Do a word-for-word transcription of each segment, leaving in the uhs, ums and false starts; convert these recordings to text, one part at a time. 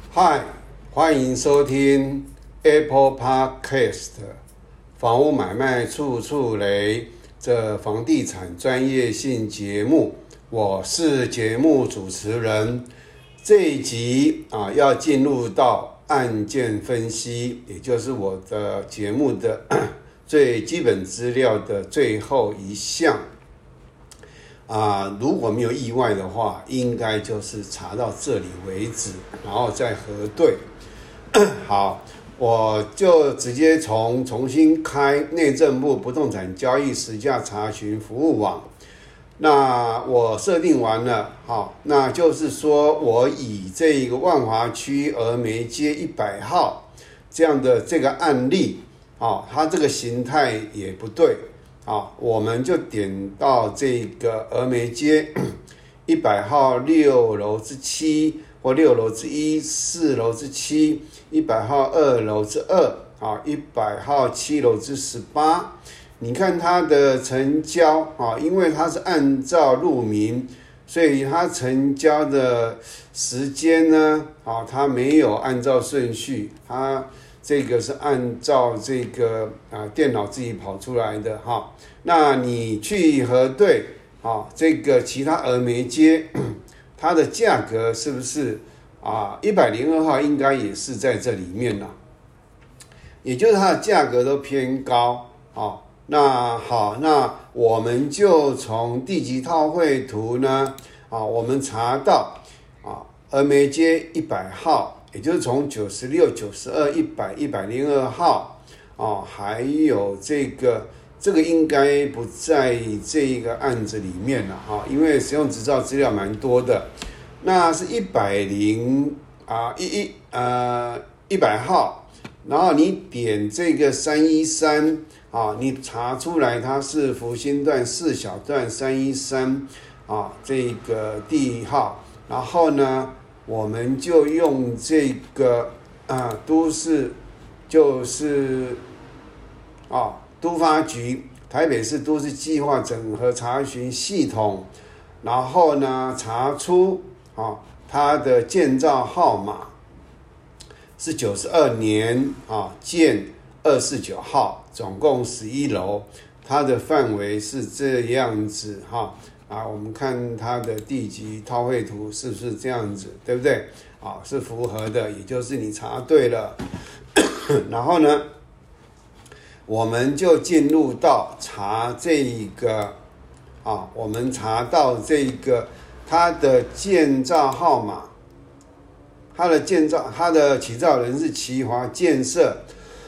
嗨，欢迎收听 Apple Podcast 房屋买卖处处雷这房地产专业性节目，我是节目主持人。这一集啊，要进入到案件分析，也就是我的节目的最基本资料的最后一项。啊，如果没有意外的话，应该就是查到这里为止，然后再核对。好，我就直接从重新开内政部不动产交易实价查询服务网。那我设定完了，好，那就是说我以这个万华区峨眉街一百号这样的这个案例，啊，它这个形态也不对。好，我们就点到这个峨眉街一百号六楼之七或六楼之一、四楼之七、一百号二楼之二、啊，一百号七楼之十八。你看它的成交啊，因为它是按照路名，所以它成交的时间呢，啊，它没有按照顺序，它这个是按照这个啊电脑自己跑出来的哈。那你去核对啊，这个其他峨眉街它的价格是不是啊？一百零二号应该也是在这里面了，也就是它的价格都偏高啊。那好，那我们就从地籍套绘图呢啊，我们查到啊峨眉街一百号。也就是从九十六、九十二、一百、一百零二号，哦，还有这个这个应该不在这个案子里面了哈，因为使用执照资料蛮多的。那是一百零啊一一呃一百号，然后你点这个三一三啊，你查出来它是福兴段四小段三一三啊这个地号，然后呢？我们就用这个啊，都市就是啊，都发局台北市都市计划整合查询系统，然后呢查出啊它的建造号码是九十二年啊建二四九号，总共十一楼，它的范围是这样子哈。啊，我们看它的地籍套绘图是不是这样子，对不对？啊，是符合的，也就是你查对了。然后呢，我们就进入到查这个啊，我们查到这个它的建造号码，它的建造，它的起造人是奇华建设，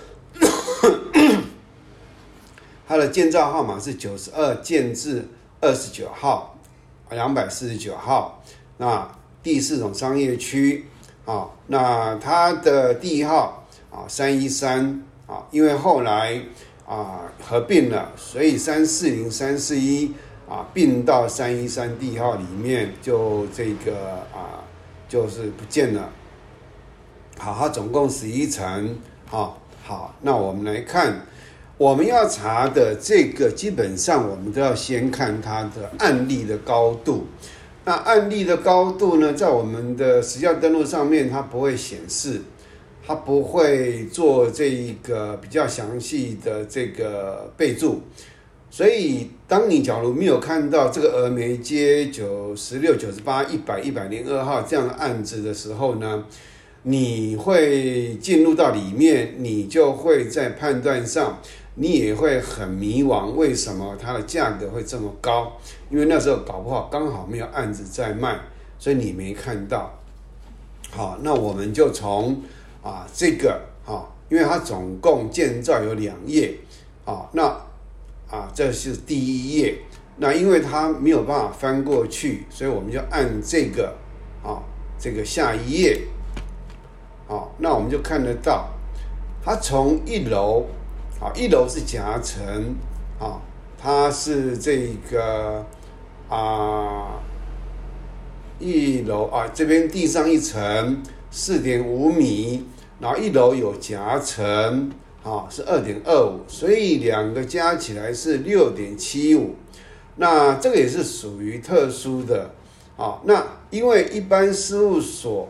它的建造号码是九十二建制。二十九号，两百四十九号，那第四种商业区啊，那它的地号啊三一三啊，因为后来啊合并了，所以三四零、三四一啊并到三一三地号里面，就这个啊就是不见了。好，它总共十一层啊。好，那我们来看。我们要查的这个，基本上我们都要先看它的案例的高度。那案例的高度呢，在我们的实价登录上面，它不会显示，它不会做这一个比较详细的这个备注。所以，当你假如没有看到这个峨眉街九十六、九十八、一百、一百零二号这样的案子的时候呢，你会进入到里面，你就会在判断上。你也会很迷惘，为什么它的价格会这么高？因为那时候搞不好刚好没有案子在卖，所以你没看到。好，那我们就从啊这个啊，因为它总共建造有两页啊，那啊这是第一页，那因为它没有办法翻过去，所以我们就按这个啊这个下一页，好，那我们就看得到，它从一楼。好，一楼是夹层，啊，它是这个啊，一楼啊，这边地上一层四点五米，然后一楼有夹层，啊，是二点二五，所以两个加起来是六点七五。那这个也是属于特殊的，啊，那因为一般事务所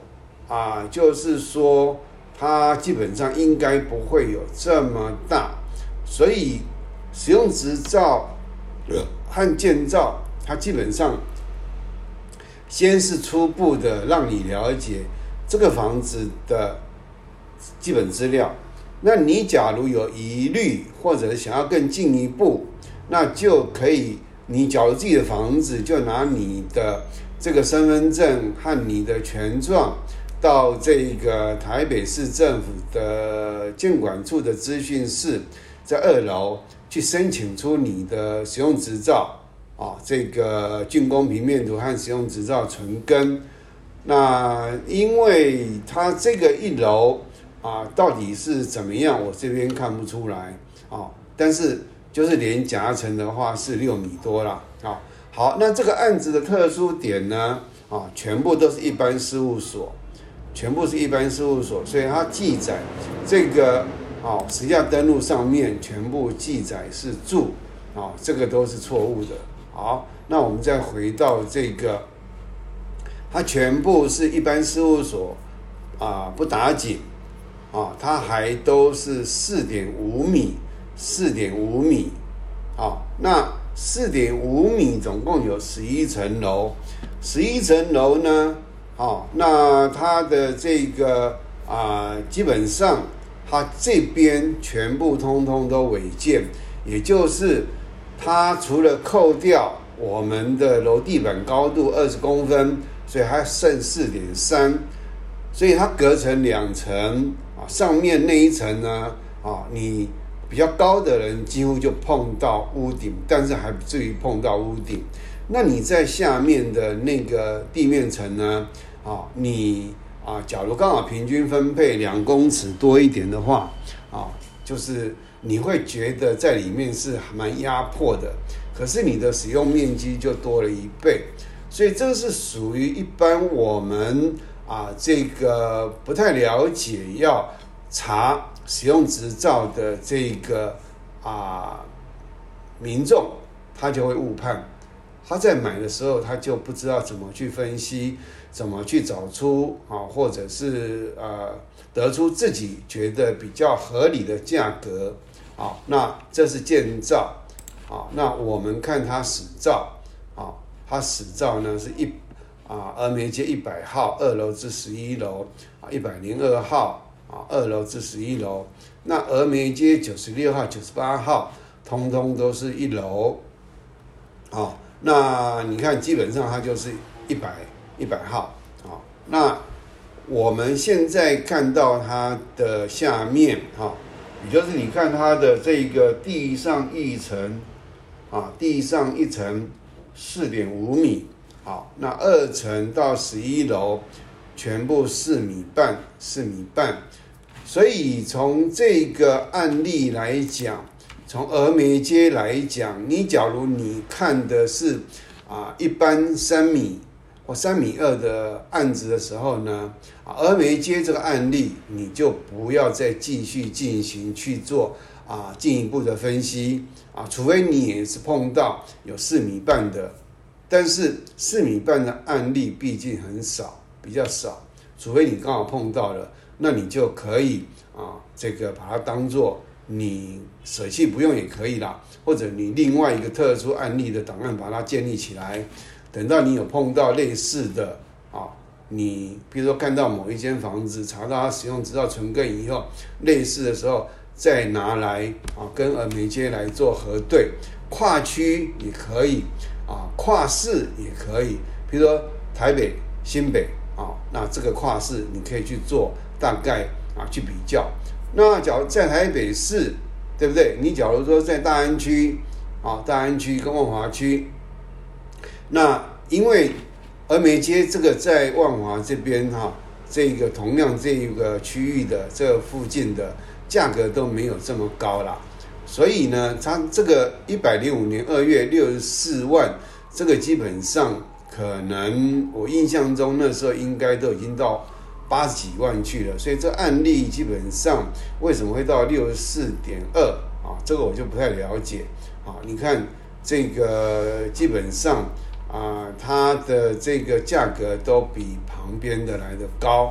啊，就是说它基本上应该不会有这么大，所以使用执照和建造，它基本上先是初步的让你了解这个房子的基本资料。那你假如有疑虑或者想要更进一步，那就可以，你假如自己的房子，就拿你的这个身份证和你的权状到这个台北市政府的建管处的资讯室，在二楼去申请出你的使用执照啊，这个竣工平面图和使用执照存根。那因为它这个一楼啊，到底是怎么样，我这边看不出来啊，但是就是连夹层的话是六米多啦啊。好，那这个案子的特殊点呢啊，全部都是一般事务所，全部是一般事务所，所以它记载这个啊，实价登录上面全部记载是住啊，这个都是错误的。好，那我们再回到这个，它全部是一般事务所啊，不打紧。啊，它还都是 四点五米 ,四点五米。啊，那 四点五米总共有十一层楼 ,十一层楼呢，啊，那它的这个啊，基本上它这边全部通通都违建，也就是它除了扣掉我们的楼地板高度二十公分，所以还剩 四点三， 所以它隔成两层。上面那一层呢，啊，你比较高的人几乎就碰到屋顶，但是还不至于碰到屋顶。那你在下面的那个地面层呢，啊，你啊，假如刚好平均分配两公尺多一点的话，啊，就是你会觉得在里面是蛮压迫的，可是你的使用面积就多了一倍，所以这是属于一般我们啊，这个不太了解要查使用执照的这个啊民众，他就会误判。他在买的时候，他就不知道怎么去分析，怎么去找出啊，或者是呃得出自己觉得比较合理的价格啊。那这是建造啊，那我们看他使照啊，他使照呢是一。啊，峨眉街一百号二楼至十一楼啊，一百零二号啊二楼至十一楼。那峨眉街九十六号、九十八号，通通都是一楼。啊，那你看，基本上它就是一百一百号啊。那我们现在看到它的下面哈，也就是你看它的这个地上一层啊，地上一层 四点五米。好，那二层到十一楼全部四米半，四米半。所以从这个案例来讲，从峨眉街来讲，你假如你看的是啊一般三米或三米二的案子的时候呢，啊峨眉街这个案例你就不要再继续进行去做啊进一步的分析啊，除非你也是碰到有四米半的。但是四米半的案例毕竟很少，比较少，除非你刚好碰到了，那你就可以啊，这个把它当作你舍弃不用也可以啦，或者你另外一个特殊案例的档案把它建立起来，等到你有碰到类似的啊，你比如说看到某一间房子，查到它使用执照存根以后，类似的时候再拿来啊跟峨眉街来做核对，跨区也可以。啊，跨市也可以，比如说台北、新北啊，那这个跨市你可以去做大概啊去比较。那假如在台北市，对不对？你假如说在大安区啊，大安区跟万华区，那因为峨眉街这个在万华这边哈、啊，这个同样这一个区域的这附近的价格都没有这么高啦。所以呢，它这个一百零五年二月六十四万，这个基本上可能我印象中那时候应该都已经到八十几万去了，所以这案例基本上为什么会到六十四点二啊？这个我就不太了解啊。你看这个基本上啊，它的这个价格都比旁边的来的高，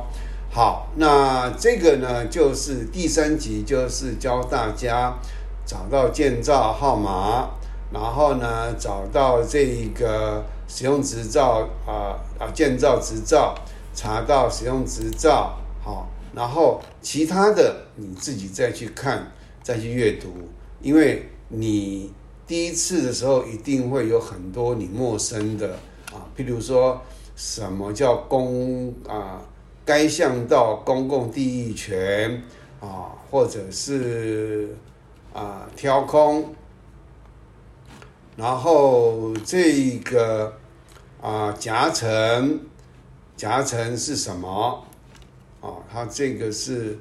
好，那这个呢，就是第三集，就是教大家找到建造号码，然后呢，找到这个使用执照啊啊，建造执照，查到使用执照，好，然后其他的你自己再去看，再去阅读，因为你第一次的时候一定会有很多你陌生的啊，譬如说什么叫公啊？该项道公共地役权啊，或者是啊挑空，然后这个啊夹层，夹层是什么？啊，它这个是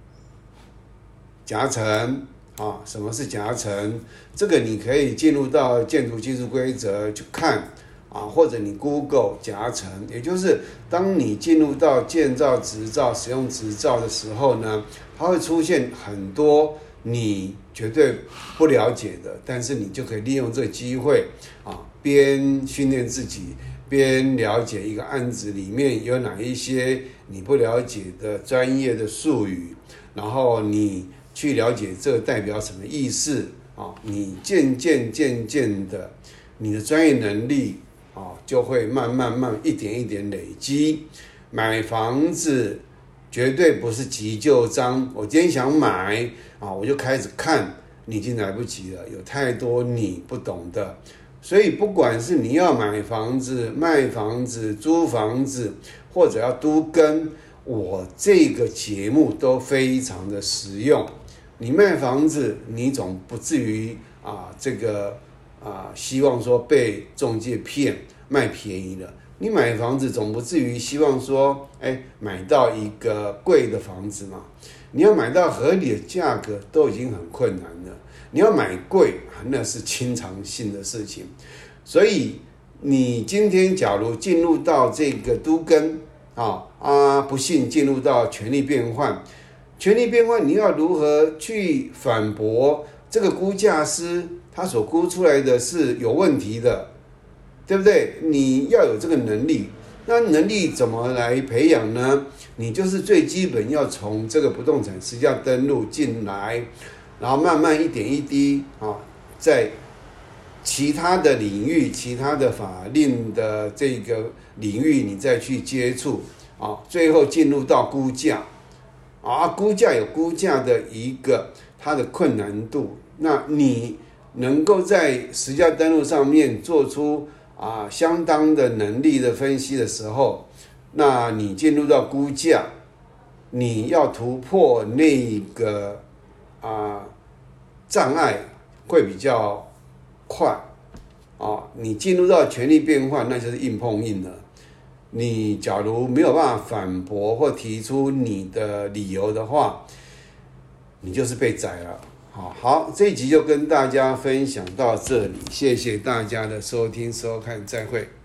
夹层啊，什么是夹层？这个你可以进入到建筑技术规则去看。啊，或者你 Google 夹层，也就是当你进入到建造执照、使用执照的时候呢，它会出现很多你绝对不了解的，但是你就可以利用这个机会啊，边训练自己，边了解一个案子里面有哪一些你不了解的专业的术语，然后你去了解这代表什么意思啊，你渐渐渐渐的，你的专业能力。啊，就会慢慢慢一点一点累积。买房子绝对不是急就章，我今天想买啊，我就开始看，你已经来不及了，有太多你不懂的。所以不管是你要买房子、卖房子、租房子，或者要都更，我这个节目都非常的实用。你卖房子，你总不至于啊这个。啊，希望说被中介骗卖便宜了。你买房子总不至于希望说，哎，买到一个贵的房子嘛。你要买到合理的价格都已经很困难了，你要买贵，那是经常性的事情。所以你今天假如进入到这个都更啊啊，不幸进入到权利变换，权利变换你要如何去反驳这个估价师？他所估出来的是有问题的，对不对？你要有这个能力，那能力怎么来培养呢？你就是最基本要从这个不动产实价登录进来，然后慢慢一点一滴啊，在其他的领域、其他的法令的这个领域，你再去接触啊，最后进入到估价啊，估价有估价的一个它的困难度，那你。能够在实价登录上面做出啊相当的能力的分析的时候，那你进入到估价，你要突破那个啊障碍会比较快啊。你进入到权利变换，那就是硬碰硬了。你假如没有办法反驳或提出你的理由的话，你就是被宰了。好好，这一集就跟大家分享到这里，谢谢大家的收听收看，再会。